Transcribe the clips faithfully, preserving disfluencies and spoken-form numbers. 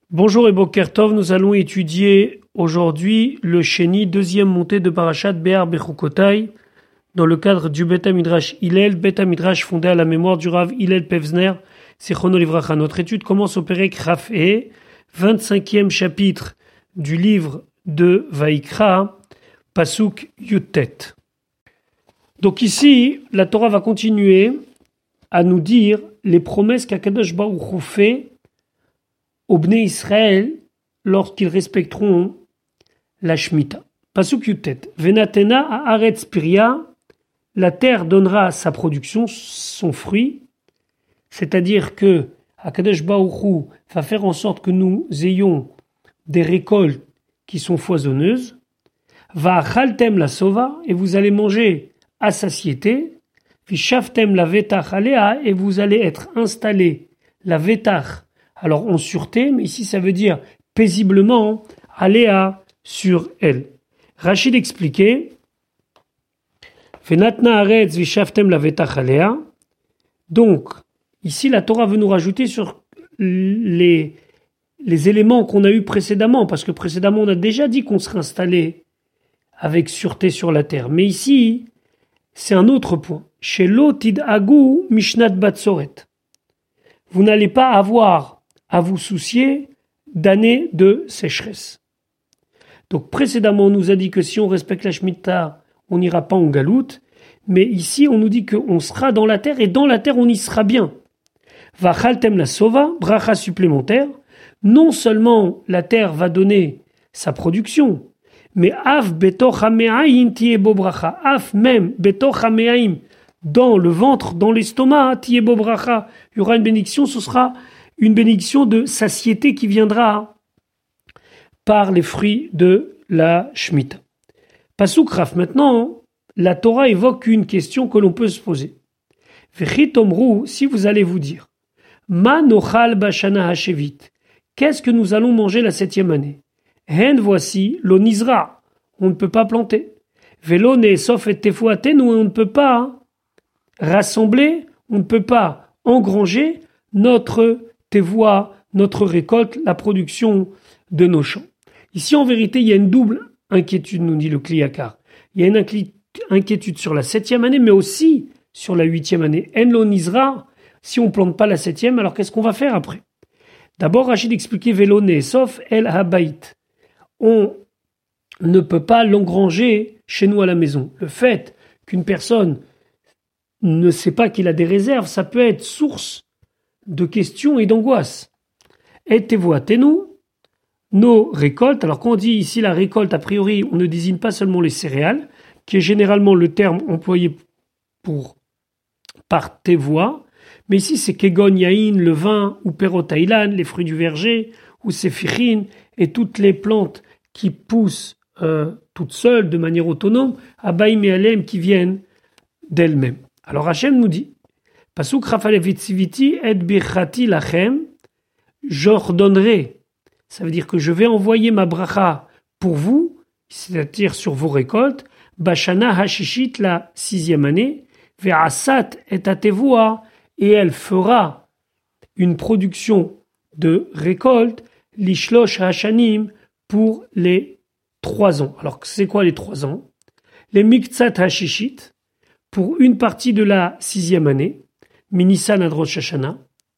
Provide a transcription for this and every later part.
Bonjour et Boker Tov, nous allons étudier aujourd'hui le Sheni, deuxième montée de Parashat Be'ar Bechukotai, dans le cadre du Bet HaMidrash Hillel, Bet HaMidrash fondé à la mémoire du Rav Hillel Pevzner, Zichrono Livracha. Notre étude commence au Perek Chaf E, vingt-cinquième chapitre du livre de Vaikra, Pasuk Yutet. Donc ici, la Torah va continuer à nous dire les promesses qu'Akadosh Baruch Hu fait au Bnei Israël lorsqu'ils respecteront la Shemitah. Pasuk Yutet. Venatena haaretz piria, la terre donnera sa production, son fruit, c'est-à-dire que Akadosh Baruch Hu va faire en sorte que nous ayons des récoltes qui sont foisonneuses. Va chaltem la sova, et vous allez manger à satiété. Vishaftem la vetach alea, et vous allez être installé la vetach, alors en sûreté, mais ici ça veut dire paisiblement, aléa sur elle. Rachid expliquait, Venatna aretz vishaftem la vetach alea. Donc, ici la Torah veut nous rajouter sur les, les éléments qu'on a eus précédemment, parce que précédemment on a déjà dit qu'on serait installé avec sûreté sur la terre. Mais ici, c'est un autre point. Chez l'otid agou mishnat batsoret. Vous n'allez pas avoir à vous soucier d'années de sécheresse. Donc précédemment, on nous a dit que si on respecte la Shemitah, on n'ira pas en galoute, mais ici, on nous dit qu'on sera dans la terre, et dans la terre, on y sera bien. Vachaltem la sova, bracha supplémentaire, non seulement la terre va donner sa production, mais af betoch hame'aim tiebo bracha, af même betoch hame'aim, dans le ventre, dans l'estomac, tiebo bracha, il y aura une bénédiction, ce sera une bénédiction de satiété qui viendra par les fruits de la Shemitah. Pasuk Raf, maintenant, la Torah évoque une question que l'on peut se poser. Vechitomru, si vous allez vous dire, Ma nochal bashana hashevit, qu'est-ce que nous allons manger la septième année? Hen, voici, l'onizra, on ne peut pas planter. Velo neesof et tefuatenu, on ne peut pas rassembler, on ne peut pas engranger notre tevoa, notre récolte, la production de nos champs. Ici, en vérité, il y a une double inquiétude, nous dit le Kliyakar. Il y a une inquiétude sur la septième année, mais aussi sur la huitième année. En lo nizra, si on ne plante pas la septième, alors qu'est-ce qu'on va faire après? D'abord, Rachid expliquait Velo neesof el habayit. On ne peut pas l'engranger chez nous à la maison. Le fait qu'une personne ne sait pas qu'il a des réserves, ça peut être source de questions et d'angoisse. Et tevoatenu, nos récoltes. Alors quand on dit ici la récolte, a priori, on ne désigne pas seulement les céréales, qui est généralement le terme employé pour par tevoa, mais ici c'est kegon yain, le vin, ou perotailan, les fruits du verger, ou sephirin, et toutes les plantes qui poussent euh, toutes seules, de manière autonome, abaim et alem, qui viennent d'elles-mêmes. Alors Hachem nous dit, Pasuk rafalevitsiviti et birchati lachem, j'ordonnerai, ça veut dire que je vais envoyer ma bracha pour vous, c'est-à-dire sur vos récoltes, bashana hashishit, la sixième année, ve'asat et atevua, et elle fera une production de récolte, lishlosh hashanim, pour les trois ans. Alors c'est quoi les trois ans? Les miktsat hashishit, pour une partie de la sixième année, mi-Nissan à Rosh Hashanah,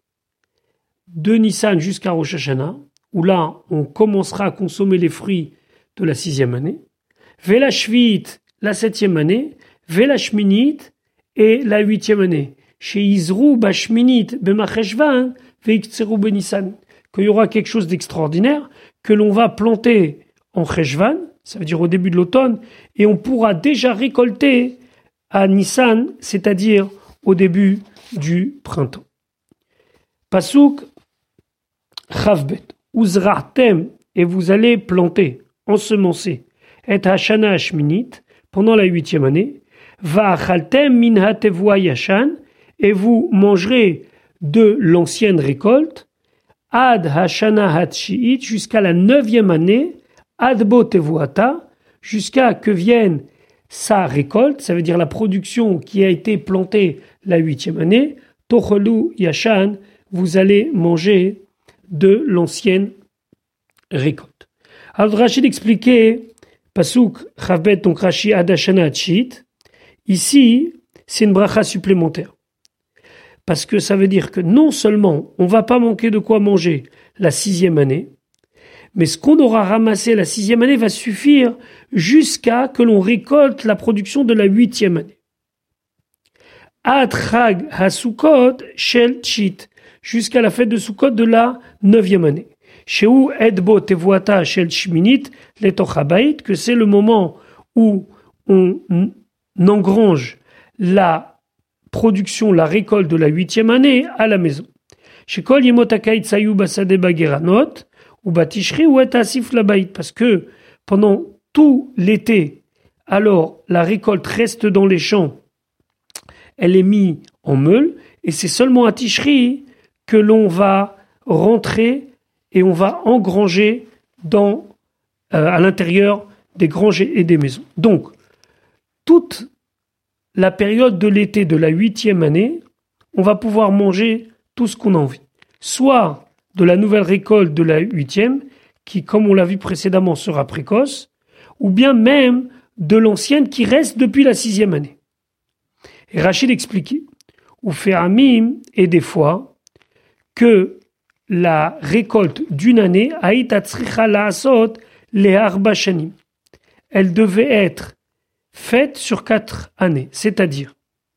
de Nissan jusqu'à Rosh Hashanah, où là, on commencera à consommer les fruits de la sixième année, Vela Shvit, la septième année, Vela Shminit, et la huitième année, chez Izrou Bashminit, Bemacheshvan, Veiktseru Benissan, qu'il y aura quelque chose d'extraordinaire, que l'on va planter en Cheshvan, ça veut dire au début de l'automne, et on pourra déjà récolter à Nissan, c'est-à-dire au début du printemps. Pasuk Chavbet, Uzrahtem, et vous allez planter, ensemencer, et Hashana Hashminit, pendant la huitième année, Va'achaltem min hatevua yashan, et vous mangerez de l'ancienne récolte, Ad Hashana Hatshiit, jusqu'à la neuvième année, Ad bo tevuata, jusqu'à que vienne sa récolte, ça veut dire la production qui a été plantée la huitième année, Tochelu Yashan, vous allez manger de l'ancienne récolte. Alors Rachid expliquait, Pasuk Chavbet, donc Rashi Adashana Atchit, ici, c'est une bracha supplémentaire. Parce que ça veut dire que non seulement on va pas manquer de quoi manger la sixième année, mais ce qu'on aura ramassé la sixième année va suffire jusqu'à que l'on récolte la production de la huitième année. Ad Chag HaSukkot Shel Tshit, jusqu'à la fête de Sukkot de la neuvième année. Sheu Edbo Tevuata Shel Shminit Letoch Habayit, que c'est le moment où on engrange la production, la récolte de la huitième année à la maison. Shekol Yemot HaKait Sayu Basade Bageranot ou Batishri ou Et Asif Labayit, parce que pendant tout l'été, alors la récolte reste dans les champs, elle est mise en meule, et c'est seulement à Tishri que l'on va rentrer et on va engranger dans, euh, à l'intérieur des granges et des maisons. Donc, toute la période de l'été de la huitième année, on va pouvoir manger tout ce qu'on a envie. Soit de la nouvelle récolte de la huitième, qui, comme on l'a vu précédemment, sera précoce, ou bien même de l'ancienne qui reste depuis la sixième année. Et Rachid expliquait, ou fait amim, et des fois, que la récolte d'une année, elle devait être faite sur quatre années. C'est-à-dire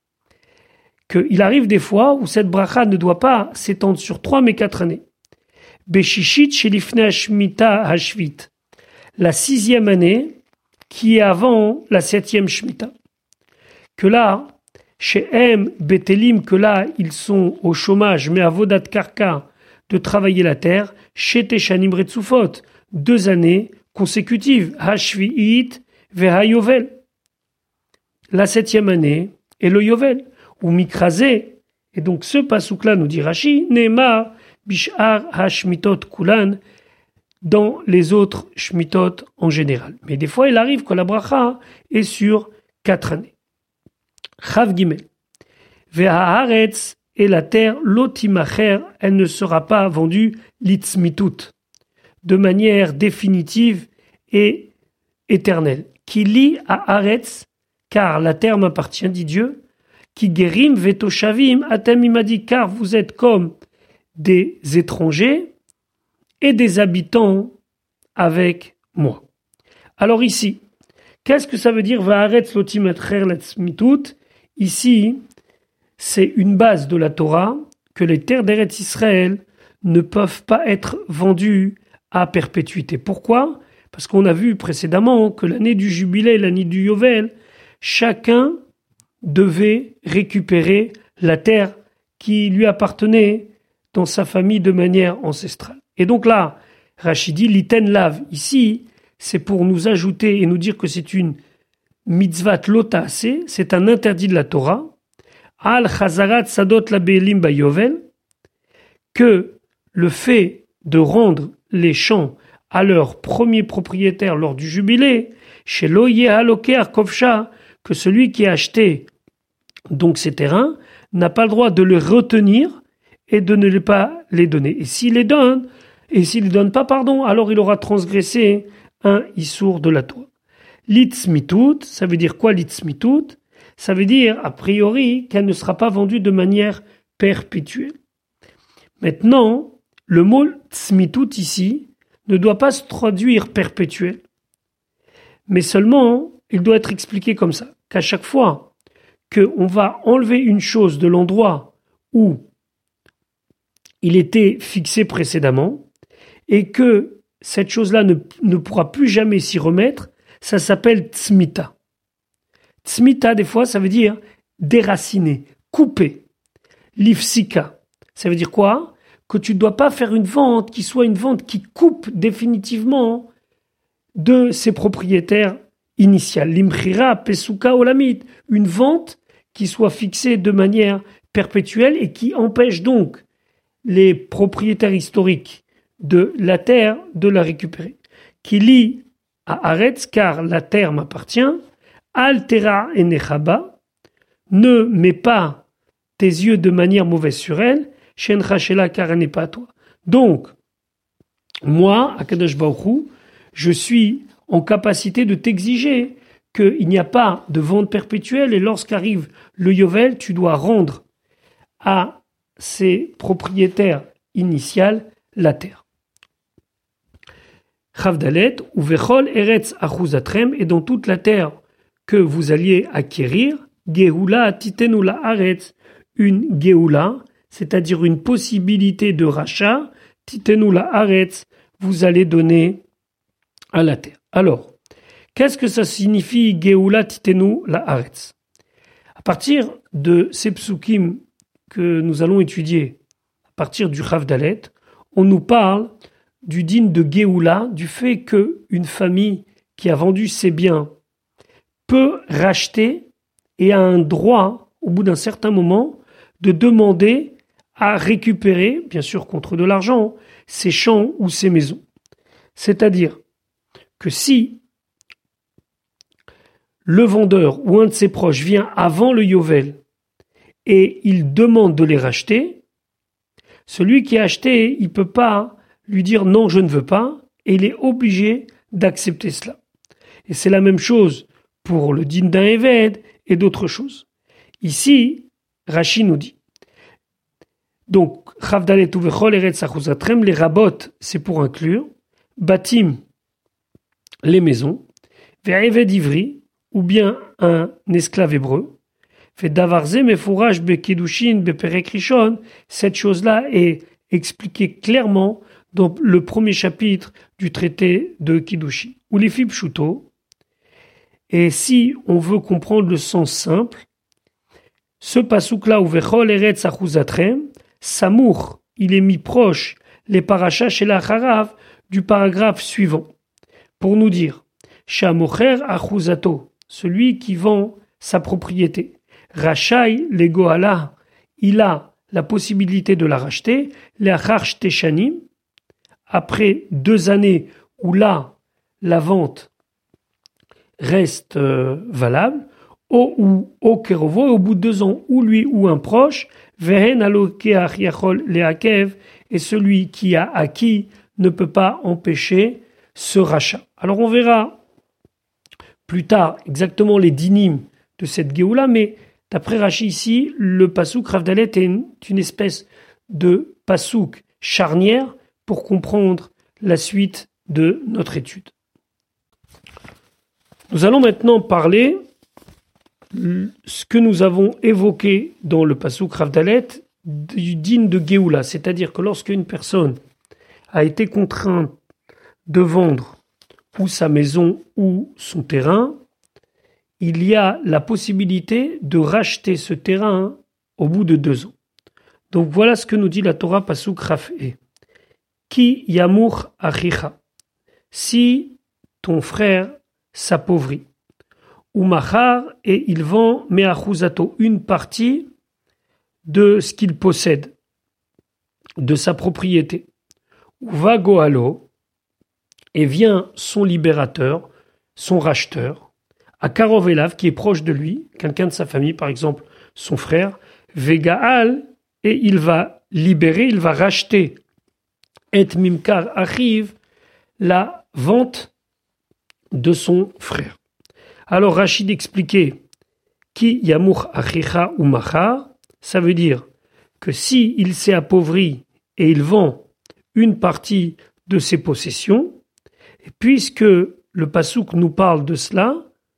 qu'il arrive des fois où cette bracha ne doit pas s'étendre sur trois mais quatre années. Beshishit shelifne hashmita hashvit, la sixième année qui est avant la septième shmita. Que là, chez M, Betelim, que là, ils sont au chômage, mais à Vodat Karka, de travailler la terre, chez Teshanim Retsufot, deux années consécutives, Hashvi'it, Vehayovel. La septième année, et le Yovel, ou Mikrazé, et donc ce pasouk-là nous dit Rashi, Neymar, Bishar, Hashmitot, Kulan, dans les autres Shmitot en général. Mais des fois, il arrive que la bracha est sur quatre années. Chav Gimel. Ve'haaretz, et la terre, l'otimacher, elle ne sera pas vendue litzmitut, de manière définitive et éternelle. Qui lit à Haaretz, car la terre m'appartient, dit Dieu, qui guérim vetoshavim atem, il m'a dit, car vous êtes comme des étrangers et des habitants avec moi. Alors ici, qu'est-ce que ça veut dire Va'aretz lotimacher litzmitut? Ici, c'est une base de la Torah que les terres d'Eretz Israël ne peuvent pas être vendues à perpétuité. Pourquoi? Parce qu'on a vu précédemment que l'année du jubilé, l'année du Yovel, chacun devait récupérer la terre qui lui appartenait dans sa famille de manière ancestrale. Et donc là, Rachidi, l'iten lav, ici, c'est pour nous ajouter et nous dire que c'est une mitzvat lotase, c'est un interdit de la Torah, al chazarat sadot la be'elim bayovel, que le fait de rendre les champs à leur premier propriétaire lors du jubilé, chez l'oye haloker kovcha, que celui qui a acheté donc ces terrains n'a pas le droit de les retenir et de ne pas les donner. Et s'il les donne, et s'il ne donne pas, pardon, alors il aura transgressé un issour de la Torah. Litzmitut, ça veut dire quoi litzmitut? Ça veut dire, a priori, qu'elle ne sera pas vendue de manière perpétuelle. Maintenant, le mot tzmitut ici ne doit pas se traduire perpétuel, mais seulement, il doit être expliqué comme ça, qu'à chaque fois qu'on va enlever une chose de l'endroit où il était fixé précédemment, et que cette chose-là ne, ne pourra plus jamais s'y remettre, ça s'appelle tzmita. Tzmita, des fois, ça veut dire déraciner, couper. Lifsika, ça veut dire quoi? Que tu ne dois pas faire une vente qui soit une vente qui coupe définitivement de ses propriétaires initiales. Limchira, pesuka, olamit, une vente qui soit fixée de manière perpétuelle et qui empêche donc les propriétaires historiques de la terre de la récupérer. Qui lie à Aretz, car la terre m'appartient, altera et nechaba, ne mets pas tes yeux de manière mauvaise sur elle, shen chashela, car elle n'est pas à toi. Donc, moi, Akadosh Baruch Hu, je suis en capacité de t'exiger qu'il n'y a pas de vente perpétuelle et lorsqu'arrive le Yovel, tu dois rendre à ses propriétaires initiaux la terre. Chavdalet, ou Vechol Eretz Achuzatrem, et dans toute la terre que vous alliez acquérir, Geoula Titenu la Aretz, une Geoula, c'est-à-dire une possibilité de rachat, Titenu la Aretz, vous allez donner à la terre. Alors, qu'est-ce que ça signifie Geoula Titenu la Aretz? À partir de ces psukim que nous allons étudier, à partir du Chav Dalet, on nous parle du din de Geoula, du fait qu'une famille qui a vendu ses biens peut racheter et a un droit, au bout d'un certain moment, de demander à récupérer, bien sûr contre de l'argent, ses champs ou ses maisons. C'est-à-dire que si le vendeur ou un de ses proches vient avant le Yovel et il demande de les racheter, celui qui a acheté, il ne peut pas lui dire non, je ne veux pas, et il est obligé d'accepter cela. Et c'est la même chose pour le din d'un Eved et d'autres choses. Ici, Rashi nous dit. Donc, Chavdalet uvechol eretz achuzatrem, les rabot, c'est pour inclure, batim, les maisons, ve'eved ivri, ou bien un esclave hébreu, fait davarze mefouraj bekedushin beperek rishon, cette chose-là est expliquée clairement dans le premier chapitre du traité de Kiddushin, ou les fib shuto. Et si on veut comprendre le sens simple, ce pasouk-là, ou vechol eretz achuzatrem, Samour, il est mis proche les parachas chez la Harav du paragraphe suivant, pour nous dire Shamocher achuzato, celui qui vend sa propriété. Rachai le goala, il a la possibilité de la racheter. Leachar shteshanim, après deux années où là, la vente reste euh, valable, au ou au kerovo, au bout de deux ans, ou lui ou un proche, vehen alokeach yachol leakev, et celui qui a acquis ne peut pas empêcher ce rachat. Alors on verra plus tard exactement les dinim de cette Géoula, mais d'après Rashi ici, le pasouk Rav Dalet est une, une espèce de pasouk charnière pour comprendre la suite de notre étude. Nous allons maintenant parler ce que nous avons évoqué dans le pasouk Rav Dalet du din de Géoula, c'est-à-dire que lorsque une personne a été contrainte de vendre ou sa maison ou son terrain, il y a la possibilité de racheter ce terrain au bout de deux ans. Donc voilà ce que nous dit la Torah Pasuk Rafé. Ki yamur achicha. Si ton frère s'appauvrit. Ou machar, et il vend me'achuzato, une partie de ce qu'il possède, de sa propriété. Ou va goalo, et vient son libérateur, son racheteur, à Karov Elav, qui est proche de lui, quelqu'un de sa famille, par exemple son frère, Vegaal, et il va libérer, il va racheter, et Mimkar arrive, la vente de son frère. Alors Rachid expliquait, Ki Yamour Achicha ou Machar, ça veut dire que si il s'est appauvri et il vend une partie de ses possessions, et puisque le Passouk nous parle de cela,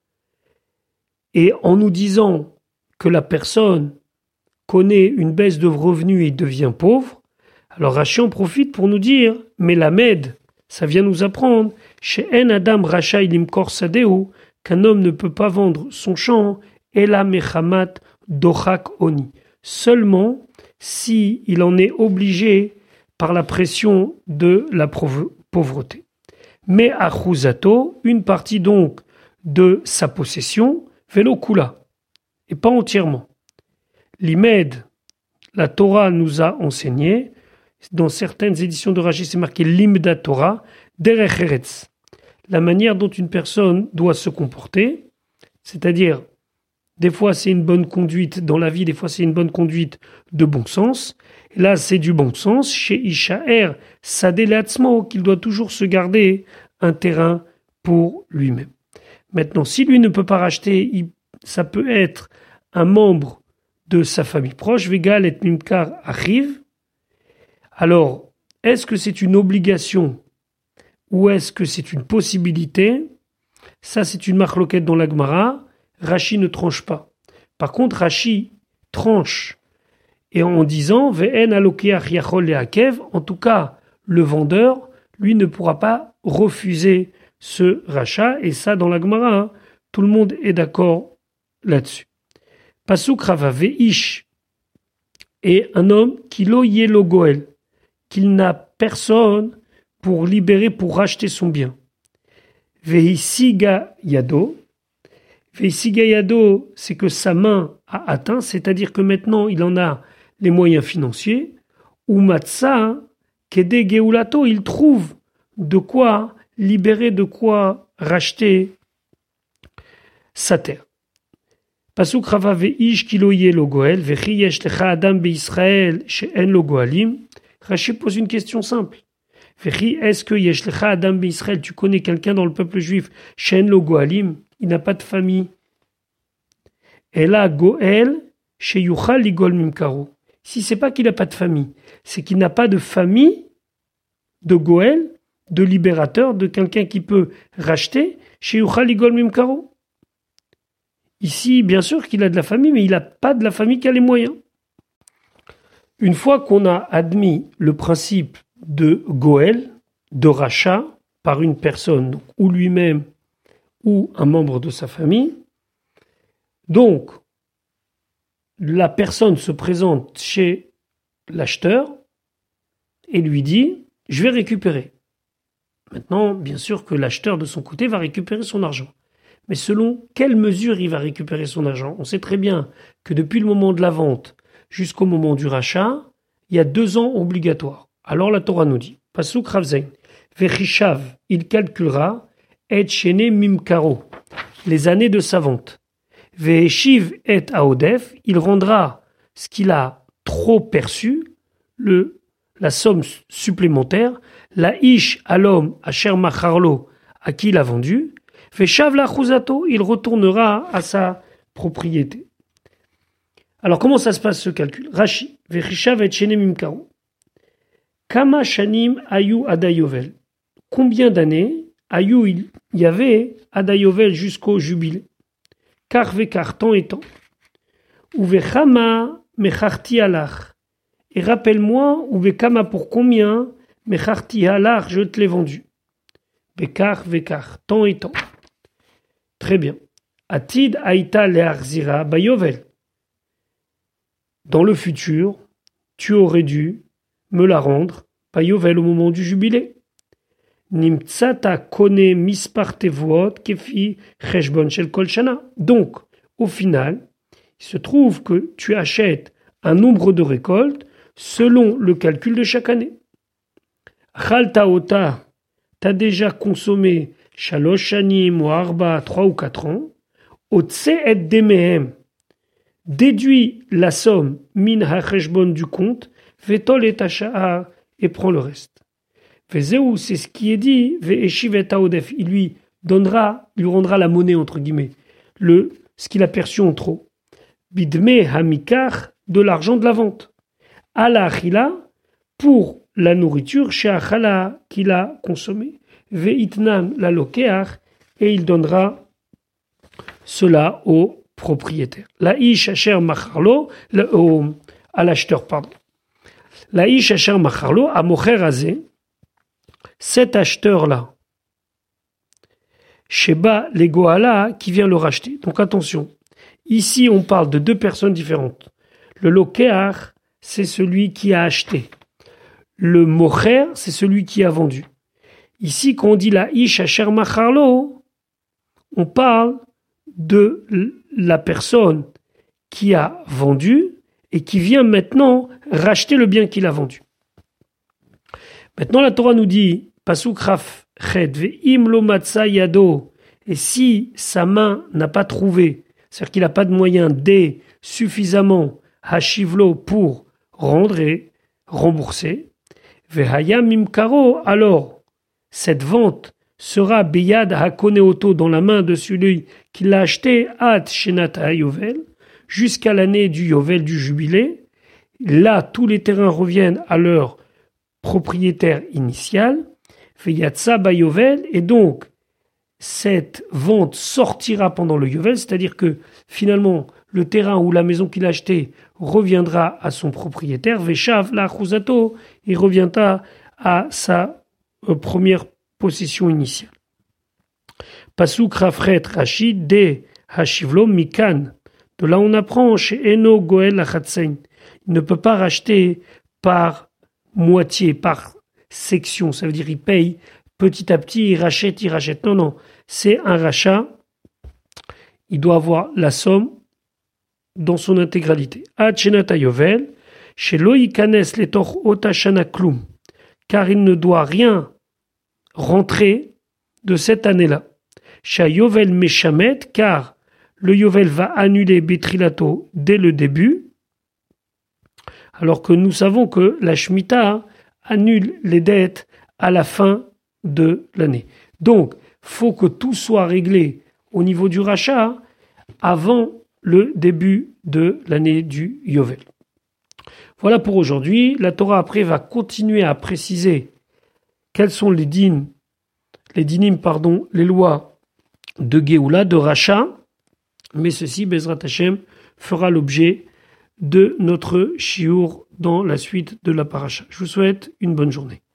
et en nous disant que la personne connaît une baisse de revenus et devient pauvre, alors Rashi en profite pour nous dire, mais la Med, ça vient nous apprendre, chez En Adam Rachai Limkor Sadeu, qu'un homme ne peut pas vendre son champ, Ela Mechamat Dochak Oni, seulement si il en est obligé par la pression de la pauvreté. Mais Achuzato, une partie donc de sa possession, Velo Kula, et pas entièrement. L'Imed, la Torah nous a enseigné, dans certaines éditions de Rashi, c'est marqué Limda Torah, Derech Eretz, la manière dont une personne doit se comporter, c'est-à-dire, des fois c'est une bonne conduite dans la vie, des fois c'est une bonne conduite de bon sens, Et là, c'est du bon sens. Chez Ishaer, Sadelatzmo, qu'il doit toujours se garder un terrain pour lui-même. Maintenant, si lui ne peut pas racheter, il, ça peut être un membre de sa famille proche. Vegal et Mimkar arrive. Alors, est-ce que c'est une obligation ou est-ce que c'est une possibilité? Ça, c'est une marloquette dans la Gemara. Rashi ne tranche pas. Par contre, Rashi tranche. Et en disant, Ve'en alokeach yachol le'akev, en tout cas, le vendeur, lui, ne pourra pas refuser ce rachat. Et ça, dans la Gemara, hein, tout le monde est d'accord là-dessus. Pasuk Rava Ve'ish, et un homme qui lo yelo goel, qu'il n'a personne pour libérer, pour racheter son bien. Ve'isiga yado, Ve'isiga yado, c'est que sa main a atteint, c'est-à-dire que maintenant il en a les moyens financiers. Ou matza, kede geulato, il trouve de quoi libérer, de quoi racheter sa terre. Pasuk Rava Ve'ish ki lo yelo goel, vechi yesh lecha adam be'Israël she'en lo goalim. Rashi pose une question simple. Est-ce que Yeshlecha Adam B'Israël, tu connais quelqu'un dans le peuple juif, Shen lo Goalim, il n'a pas de famille. Et là, Goel, chez Yuchal Ligol Mimkaro. Si c'est pas qu'il n'a pas de famille, c'est qu'il n'a pas de famille de Goel, de libérateur, de quelqu'un qui peut racheter, chez Yuchal Ligol Mimkaro. Ici, bien sûr qu'il a de la famille, mais il n'a pas de la famille qui a les moyens. Une fois qu'on a admis le principe de Goël, de rachat par une personne, donc, ou lui-même, ou un membre de sa famille, donc la personne se présente chez l'acheteur et lui dit « je vais récupérer ». Maintenant, bien sûr que l'acheteur de son côté va récupérer son argent. Mais selon quelle mesure il va récupérer son argent? On sait très bien que depuis le moment de la vente jusqu'au moment du rachat, il y a deux ans obligatoires. Alors la Torah nous dit, Pasuk Ravzein, Vechishav, il calculera, et Shene Mimkaro, les années de sa vente. Ve'eshiv et Aodef, il rendra ce qu'il a trop perçu, le, la somme supplémentaire, la ish à l'homme, à Sher Macharlo, à qui il a vendu, Ve'shav la Chuzato, il retournera à sa propriété. Alors, comment ça se passe ce calcul? Rashi, Vechishav et Shene Mimkaro. Kama Shanim Ayu Adayovel. Combien d'années Ayu il y avait Adayovel jusqu'au jubilé? Car vekar, temps et temps. Ou vechama mecharti alach. Et rappelle-moi, ou vekama pour combien mecharti alach je te l'ai vendu. Bekar vekar, temps et temps. Très bien. Atid aïta learzira bayovel. Dans le futur, tu aurais dû me la rendre, bayovel au moment du jubilé. Nimtsata kone mispar tevuot kefi cheshbon shel kol shana. Donc, au final, il se trouve que tu achètes un nombre de récoltes selon le calcul de chaque année. Chalta ota, t'as déjà consommé shalosh shanim ou arba, trois ou quatre ans. Otse et demehem, déduis la somme min ha-cheshbon du compte, vetol et tacha'a, et prends le reste. Vezeu, c'est ce qui est dit, ve'eshiv et aodef, il lui donnera, lui rendra la monnaie, entre guillemets, le, ce qu'il a perçu en trop. Bidme hamikar, de l'argent de la vente. Ala achila, pour la nourriture, chez achala, qu'il a consommé. Ve'itnam la lokeach, et il donnera cela au propriétaire. La ish asher macharlo, à l'acheteur, pardon. La ish asher macharlo, à mocher azé, cet acheteur-là, Sheba les Goala, qui vient le racheter. Donc attention, ici on parle de deux personnes différentes. Le lokeach, c'est celui qui a acheté. Le mocher, c'est celui qui a vendu. Ici, quand on dit la ish asher macharlo, on parle de la personne qui a vendu et qui vient maintenant racheter le bien qu'il a vendu. Maintenant, la Torah nous dit, Pasuk Raf Ched ve'im lo matza yado, et si sa main n'a pas trouvé, c'est-à-dire qu'il n'a pas de moyen d'aider suffisamment hashivlo pour rendre, et remboursé. Vehaya mimkaro, alors cette vente sera beyad hakoneoto dans la main de celui qui l'a acheté at shenata yovel jusqu'à l'année du yovel du jubilé. Là, tous les terrains reviennent à leur propriétaire initial. Veyatsa ba yovel, et donc cette vente sortira pendant le yovel, c'est-à-dire que finalement le terrain ou la maison qu'il a acheté reviendra à son propriétaire. Veshav la chuzato, il reviendra à sa euh, première possession initiale. Pasuk Rafret Rachid de Hashivlo Mikan. De là on apprend chez Eno Goel Achatsein. Il ne peut pas racheter par moitié, par section. Ça veut dire il paye petit à petit, il rachète, il rachète. Non, non, c'est un rachat. Il doit avoir la somme dans son intégralité. Achenata Yovel, chez Loïkanes Letor Otashana Klum, car il ne doit rien rentrer de cette année-là. Chez Yovel Meshamet, car le Yovel va annuler Betrilato dès le début, alors que nous savons que la Shemitah annule les dettes à la fin de l'année. Donc, faut que tout soit réglé au niveau du rachat avant le début de l'année du Yovel. Voilà pour aujourd'hui. La Torah après va continuer à préciser quels sont les dîmes, les dinim, pardon, les lois de Géoula, de rachat, mais ceci, Bezrat Hashem, fera l'objet de notre shiur dans la suite de la paracha. Je vous souhaite une bonne journée.